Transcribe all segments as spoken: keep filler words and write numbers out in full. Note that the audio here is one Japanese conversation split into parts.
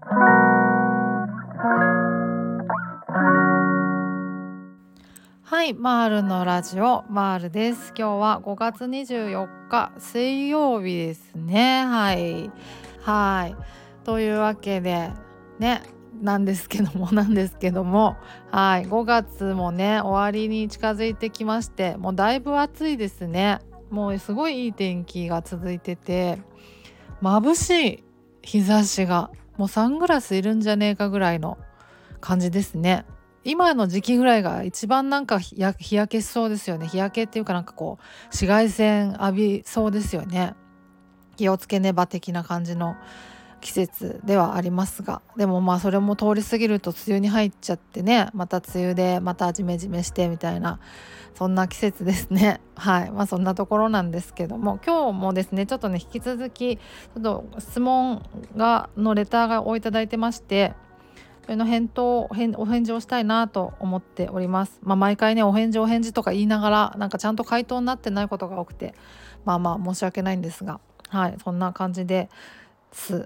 はい、マールのラジオマールです。今日はごがつにじゅうよっか水曜日ですね。はいはいというわけでねなんですけどもなんですけどもはいごがつもね終わりに近づいてきまして、もうだいぶ暑いですね。もうすごいいい天気が続いてて、眩しい日差しがもうサングラスいるんじゃねえかぐらいの感じですね。今の時期ぐらいが一番なんか日焼日焼けしそうですよね。日焼けっていうかなんかこう紫外線浴びそうですよね。気をつけねば的な感じの季節ではありますが、でもまあそれも通り過ぎると梅雨に入っちゃってね、また梅雨でまたジメジメしてみたいな、そんな季節ですね。はいまあそんなところなんですけども、今日もですねちょっとね引き続きちょっと質問がのレターがおいただいてまして、それの返答返お返事をしたいなと思っております。まあ、毎回ねお返事お返事とか言いながらなんかちゃんと回答になってないことが多くて、まあまあ申し訳ないんですが、はいそんな感じです。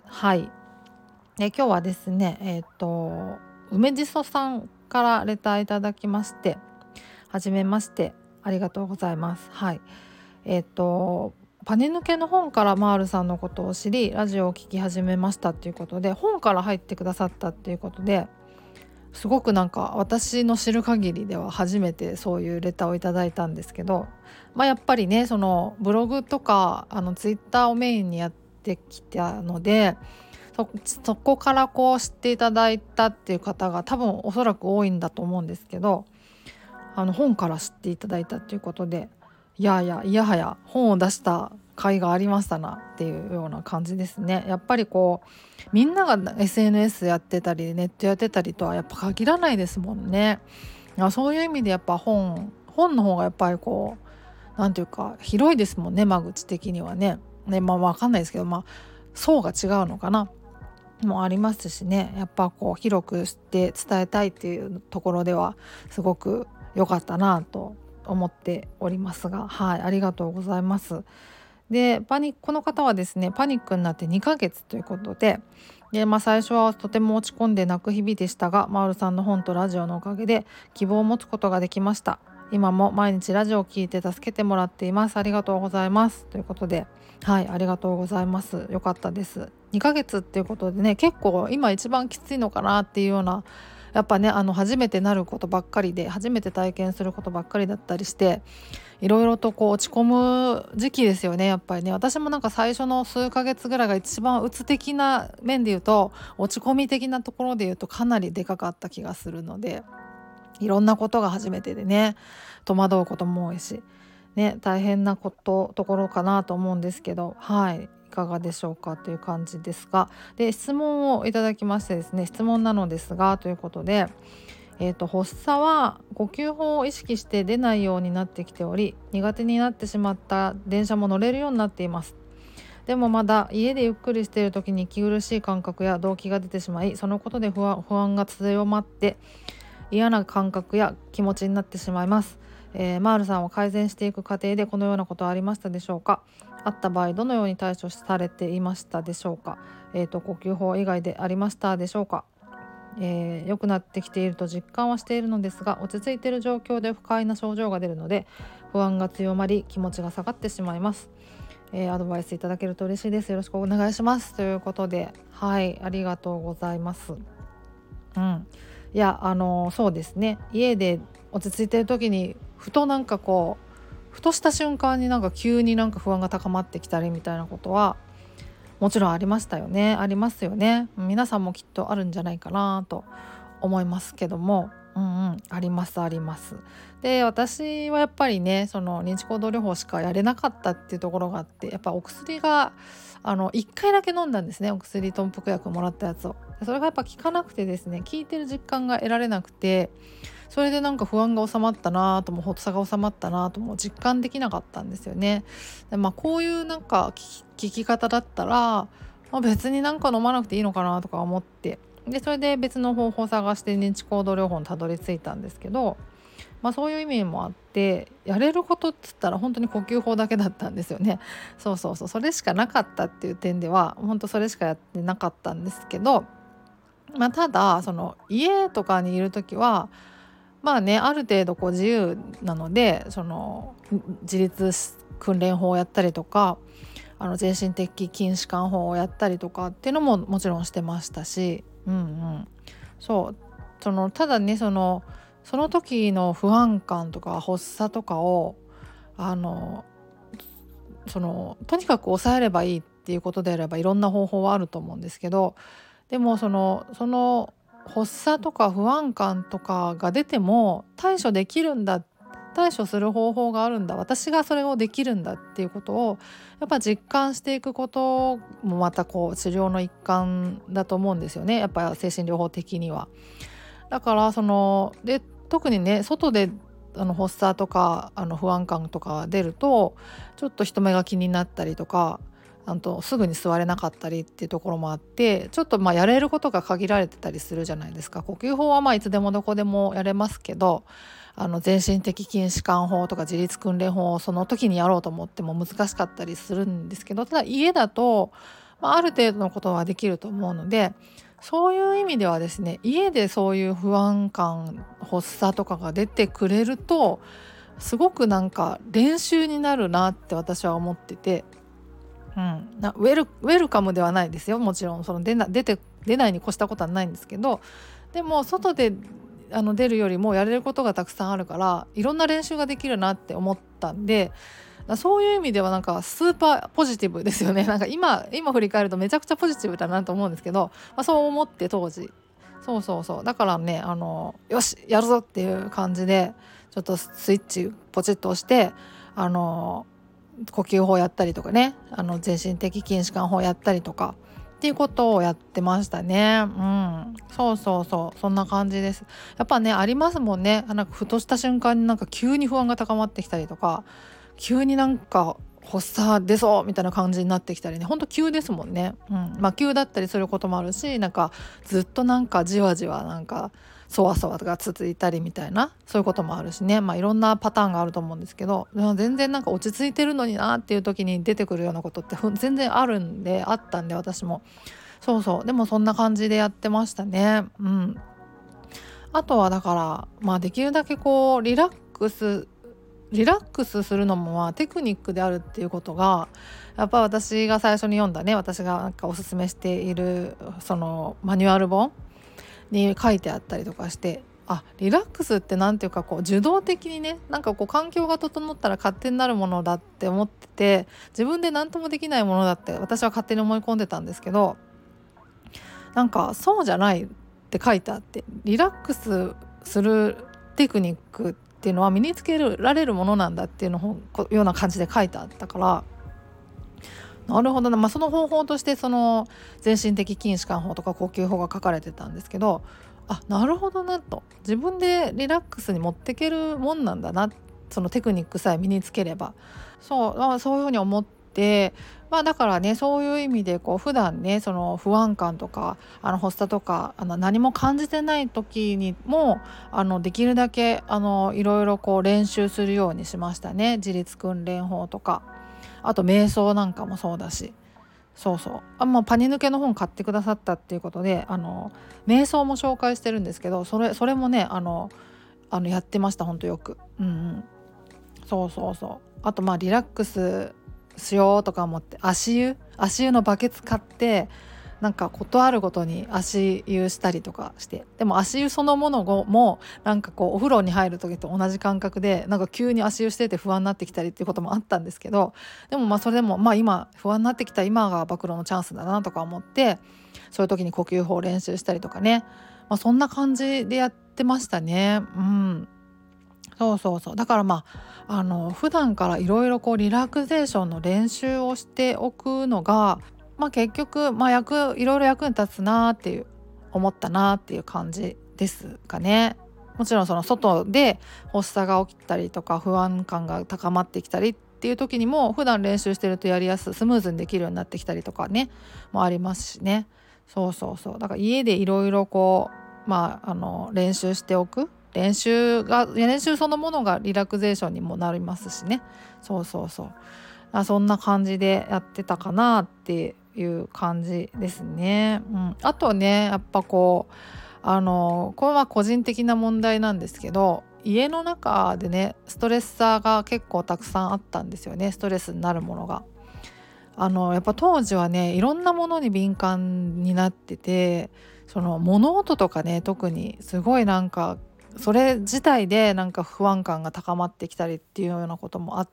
はいで今日はですねえっ、と梅じそさんからレターいただきまして、はじめましてありがとうございます。はいえっ、とパネ抜けの本からマールさんのことを知りラジオを聞き始めましたっていうことで、本から入ってくださったっていうことで、すごくなんか私の知る限りでは初めてそういうレターをいただいたんですけど、まあ、やっぱりねそのブログとかあのツイッターをメインにやってきたので、そそこからこう知っていただいたっていう方が多分おそらく多いんだと思うんですけど、あの本から知っていただいたっていうことで、いやいやいやはや本を出した甲斐がありましたなっていうような感じですね。やっぱりこうみんなが エスエヌエス やってたりネットやってたりとはやっぱ限らないですもんね。いやそういう意味でやっぱ本本の方がやっぱりこうなんていうか広いですもんね、間口的にはね。ねまあ分かんないですけど、まあ層が違うのかなもありますしね、やっぱこう広くして伝えたいっていうところではすごく良かったなと思っておりますが、はいありがとうございます。でパニこの方はですねパニックになってにかげつということで、で、まあ、最初はとても落ち込んで泣く日々でしたが、マールさんの本とラジオのおかげで希望を持つことができました。今も毎日ラジオを聞いて助けてもらっています。ありがとうございますということで、はいありがとうございます。よかったです。にかげつっていうことでね、結構今一番きついのかなっていうような、やっぱねあの初めてなることばっかりで初めて体験することばっかりだったりして、いろいろとこう落ち込む時期ですよね。やっぱりね私もなんか最初の数ヶ月ぐらいが一番鬱的な面で言うと、落ち込み的なところで言うとかなりでかかった気がするので、いろんなことが初めてでね戸惑うことも多いしね、大変なことところかなと思うんですけど、はいいかがでしょうかという感じですが、で質問をいただきましてですね、質問なのですがということで、えーと、発作は呼吸法を意識して出ないようになってきており、苦手になってしまった電車も乗れるようになっています。でもまだ家でゆっくりしている時に息苦しい感覚や動悸が出てしまい、そのことで不安不安が強まって嫌な感覚や気持ちになってしまいます。えー、マールさんは改善していく過程でこのようなことはありましたでしょうか。あった場合どのように対処されていましたでしょうか。えーと、呼吸法以外でありましたでしょうか。えー、良くなってきていると実感はしているのですが、落ち着いている状況で不快な症状が出るので不安が強まり気持ちが下がってしまいます。えー、アドバイスいただけると嬉しいです。よろしくお願いしますということで、はいありがとうございます。うん、いやあのそうですね、家で落ち着いてる時にふとなんかこうふとした瞬間になんか急になんか不安が高まってきたりみたいなことはもちろんありましたよね。ありますよね。皆さんもきっとあるんじゃないかなと思いますけども、うんうんありますあります。で私はやっぱりねその認知行動療法しかやれなかったっていうところがあって、やっぱお薬があのいっかいだけ飲んだんですね。お薬頓服薬もらったやつを。でそれがやっぱ効かなくてですね、効いてる実感が得られなくて、それでなんか不安が収まったなとも発作が収まったなとも実感できなかったんですよね。でまあこういうなんか聞き方だったら、まあ、別になんか飲まなくていいのかなとか思って、でそれで別の方法を探して認知行動療法にたどり着いたんですけど、まあ、そういう意味もあってやれることっつったら本当に呼吸法だけだったんですよね。そうそうそうそれしかなかったっていう点では本当それしかやってなかったんですけど、 まあ、ただその家とかにいる時はまあねある程度こう自由なので、その自立訓練法をやったりとか、あの精神的筋弛緩法をやったりとかっていうのももちろんしてましたし、うんうん、そうそのただねそのその時の不安感とか発作とかをあのそのとにかく抑えればいいっていうことであればいろんな方法はあると思うんですけど、でもそのその発作とか不安感とかが出ても対処できるんだ、対処する方法があるんだ、私がそれをできるんだっていうことをやっぱ実感していくこともまたこう治療の一環だと思うんですよね、やっぱ精神療法的には。だからそので特にね外であの発作とかあの不安感とか出るとちょっと人目が気になったりとか、あとすぐに座れなかったりっていうところもあって、ちょっとまあやれることが限られてたりするじゃないですか。呼吸法はまあいつでもどこでもやれますけど、あの全身的筋弛緩法とか自律訓練法をその時にやろうと思っても難しかったりするんですけど、ただ家だと、まあ、ある程度のことはできると思うので、そういう意味ではですね、家でそういう不安感発作とかが出てくれるとすごくなんか練習になるなって私は思ってて、うん、なウェル、ウェルカムではないですよ、もちろんその出な出て出ないに越したことはないんですけど、でも外であの出るよりもやれることがたくさんあるからいろんな練習ができるなって思ったんで、そういう意味ではなんかスーパーポジティブですよね。なんか今今振り返るとめちゃくちゃポジティブだなと思うんですけど、まあ、そう思って当時、そうそうそう、だからねあのよしやるぞっていう感じでちょっとスイッチポチッと押してあの呼吸法やったりとかね、あの全身的筋弛緩法やったりとかっていうことをやってましたね。うん、そうそうそう、そんな感じです。やっぱねありますもんね。なんかふとした瞬間になんか急に不安が高まってきたりとか、急になんか発作出そうみたいな感じになってきたりね、ほんと急ですもんね。うん、まあ急だったりすることもあるし、なんかずっとなんかじわじわなんかそわそわが続いたりみたいな、そういうこともあるしね、まあいろんなパターンがあると思うんですけど、全然なんか落ち着いてるのになっていう時に出てくるようなことって全然あるんで、あったんで私も。そうそう、でもそんな感じでやってましたね。うん。あとはだからまあできるだけこうリラックスリラックスするのもまあテクニックであるっていうことがやっぱ私が最初に読んだね、私がなんかおすすめしているそのマニュアル本に書いてあったりとかして、あリラックスってなんていうかこう受動的にね、なんかこう環境が整ったら勝手になるものだって思ってて、自分で何ともできないものだって私は勝手に思い込んでたんですけど、なんかそうじゃないって書いてあって、リラックスするテクニックっていうのは身につけられるものなんだっていうのような感じで書いてあったから、なるほどな、まあ、その方法としてその全身的筋弛緩法とか呼吸法が書かれてたんですけど、あなるほどなと、自分でリラックスに持っていけるもんなんだな、そのテクニックさえ身につければ、そうあそういうふうに思って、まあだからねそういう意味でこう普段ねその不安感とかあの発作とかあの何も感じてない時にもあのできるだけあのいろいろこう練習するようにしましたね。自律訓練法とか、あと瞑想なんかもそうだし、そうそう、あもうパニ抜けの本買ってくださったっていうことであの瞑想も紹介してるんですけど、それそれもねあのあのやってました、ほんとよく。うんうん、そうそうそう。あとまあリラックスしようとか思って足湯足湯のバケツ買ってなんかことあるごとに足湯したりとかして、でも足湯そのものもなんかこうお風呂に入る時と同じ感覚でなんか急に足湯してて不安になってきたりっていうこともあったんですけど、でもまあそれでもまあ今不安になってきた今が暴露のチャンスだなとか思って、そういう時に呼吸法を練習したりとかね、まあ、そんな感じでやってましたね。うん、そうそうそう、だからまああの普段からいろいろこうリラクゼーションの練習をしておくのが、まあ、結局、まあ、役いろいろ役に立つなっていう思ったなっていう感じですかね。もちろんその外で発作が起きたりとか不安感が高まってきたりっていう時にも普段練習してるとやりやすいスムーズにできるようになってきたりとかねもありますしね。そうそうそう、だから家でいろいろこうまああの練習しておく、練習が練習そのものがリラクゼーションにもなりますしね。そうそうそう、あそんな感じでやってたかなっていう感じですね。うん、あとねやっぱこうあのこれは個人的な問題なんですけど、家の中でねストレッサーが結構たくさんあったんですよね。ストレスになるものがあのやっぱ当時はねいろんなものに敏感になってて、その物音とかね特にすごいなんかそれ自体でなんか不安感が高まってきたりっていうようなこともあって、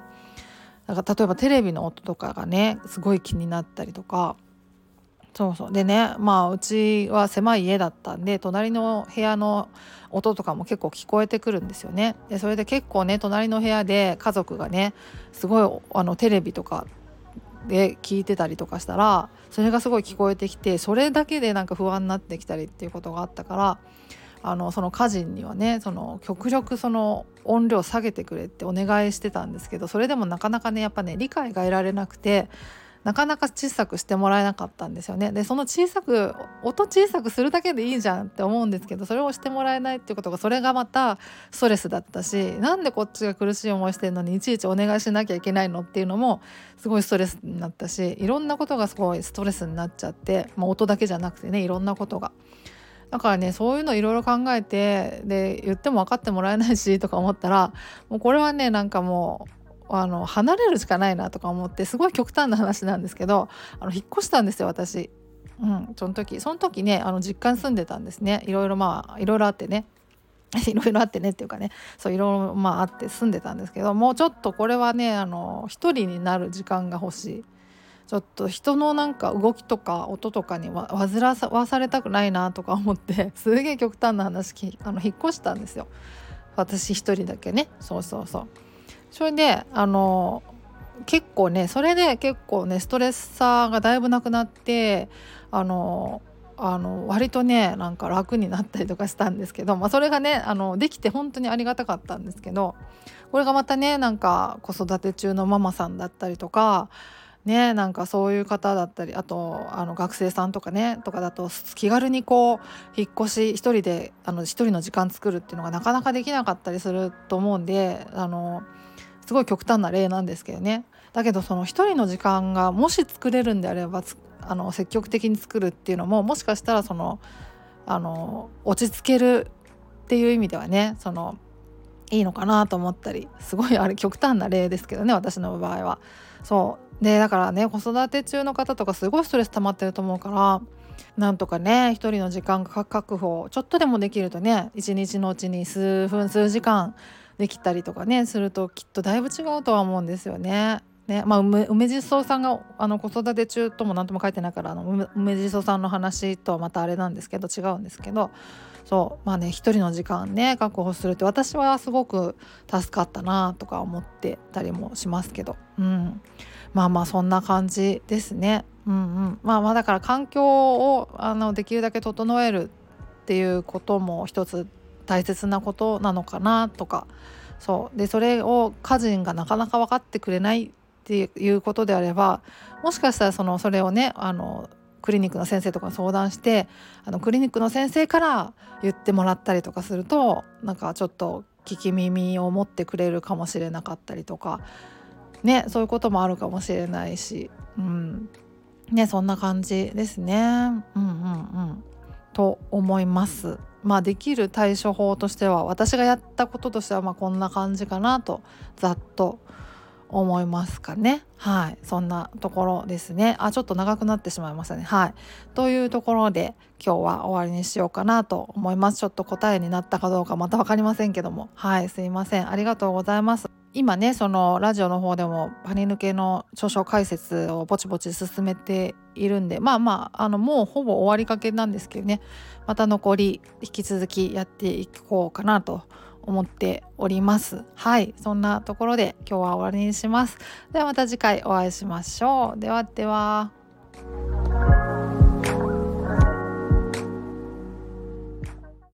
なんか例えばテレビの音とかがねすごい気になったりとか。そうそうでね、まあうちは狭い家だったんで隣の部屋の音とかも結構聞こえてくるんですよね。でそれで結構ね隣の部屋で家族がねすごいあのテレビとかで聞いてたりとかしたら、それがすごい聞こえてきて、それだけでなんか不安になってきたりっていうことがあったから、あのその家人にはねその極力その音量下げてくれってお願いしてたんですけど、それでもなかなかねやっぱね理解が得られなくて、なかなか小さくしてもらえなかったんですよね。でその小さく音小さくするだけでいいじゃんって思うんですけど、それをしてもらえないっていうことが、それがまたストレスだったし、なんでこっちが苦しい思いしてるのにいちいちお願いしなきゃいけないのっていうのもすごいストレスになったし、いろんなことがすごいストレスになっちゃって、まあ、音だけじゃなくてねいろんなことが。だからねそういうのいろいろ考えて、で言っても分かってもらえないしとか思ったら、もうこれはねなんかもうあの離れるしかないなとか思って、すごい極端な話なんですけど、あの引っ越したんですよ私。うん、その時その時ねあの実家に住んでたんですね。いろいろまあいろいろあってねいろいろあってねっていうかね、そういろいろまああって住んでたんですけど、もうちょっとこれはねあの一人になる時間が欲しい。ちょっと人のなんか動きとか音とかにわ煩わされたくないなとか思って、すげえ極端な話きあの引っ越したんですよ、私一人だけね。そうそうそう。それであの結構ねそれで結構ねストレッサーがだいぶなくなって、あのあの割とねなんか楽になったりとかしたんですけど、まあ、それがねあのできて本当にありがたかったんですけど、これがまたねなんか子育て中のママさんだったりとかね、なんかそういう方だったり、あとあの学生さんとかねとかだと気軽にこう引っ越し一人であの一人の時間作るっていうのがなかなかできなかったりすると思うんで、あのすごい極端な例なんですけどね。だけどその一人の時間がもし作れるんであればあの積極的に作るっていうのも、もしかしたらそのあの落ち着けるっていう意味ではねそのいいのかなと思ったり、すごいあれ極端な例ですけどね私の場合は。そうでだからね子育て中の方とかすごいストレス溜まってると思うから、なんとかね一人の時間確保ちょっとでもできるとね、一日のうちに数分数時間できたりとかねするときっとだいぶ違うとは思うんですよね。ねまあ、梅梅地蔵さんがあの子育て中とも何とも書いてないから、あの梅梅地蔵さんの話とはまたあれなんですけど違うんですけど、そうまあね一人の時間ね確保するって私はすごく助かったなとか思ってたりもしますけど、うん、まあまあそんな感じですね。うんうん、まあまあだから環境をあのできるだけ整えるっていうことも一つ大切なことなのかなとか、そうでそれを家人がなかなか分かってくれないっていうことであれば、もしかしたらそのそれをねあのクリニックの先生とかに相談して、あのクリニックの先生から言ってもらったりとかすると、なんかちょっと聞き耳を持ってくれるかもしれなかったりとかね、そういうこともあるかもしれないし、うんね、そんな感じですね。うんうんうんと思います。まあできる対処法としては、私がやったこととしてはまあこんな感じかなとざっと思いますかね。はい、そんなところですね。あ、ちょっと長くなってしまいましたね。はい、というところで今日は終わりにしようかなと思います。ちょっと答えになったかどうかまた分かりませんけども、はい、すいません。ありがとうございます。今ねそのラジオの方でもパニ抜けの著書解説をぼちぼち進めているんで、まあまああのもうほぼ終わりかけなんですけどね、また残り引き続きやっていこうかなと思っております。はい、そんなところで今日は終わりにします。ではまた次回お会いしましょう。ではでは。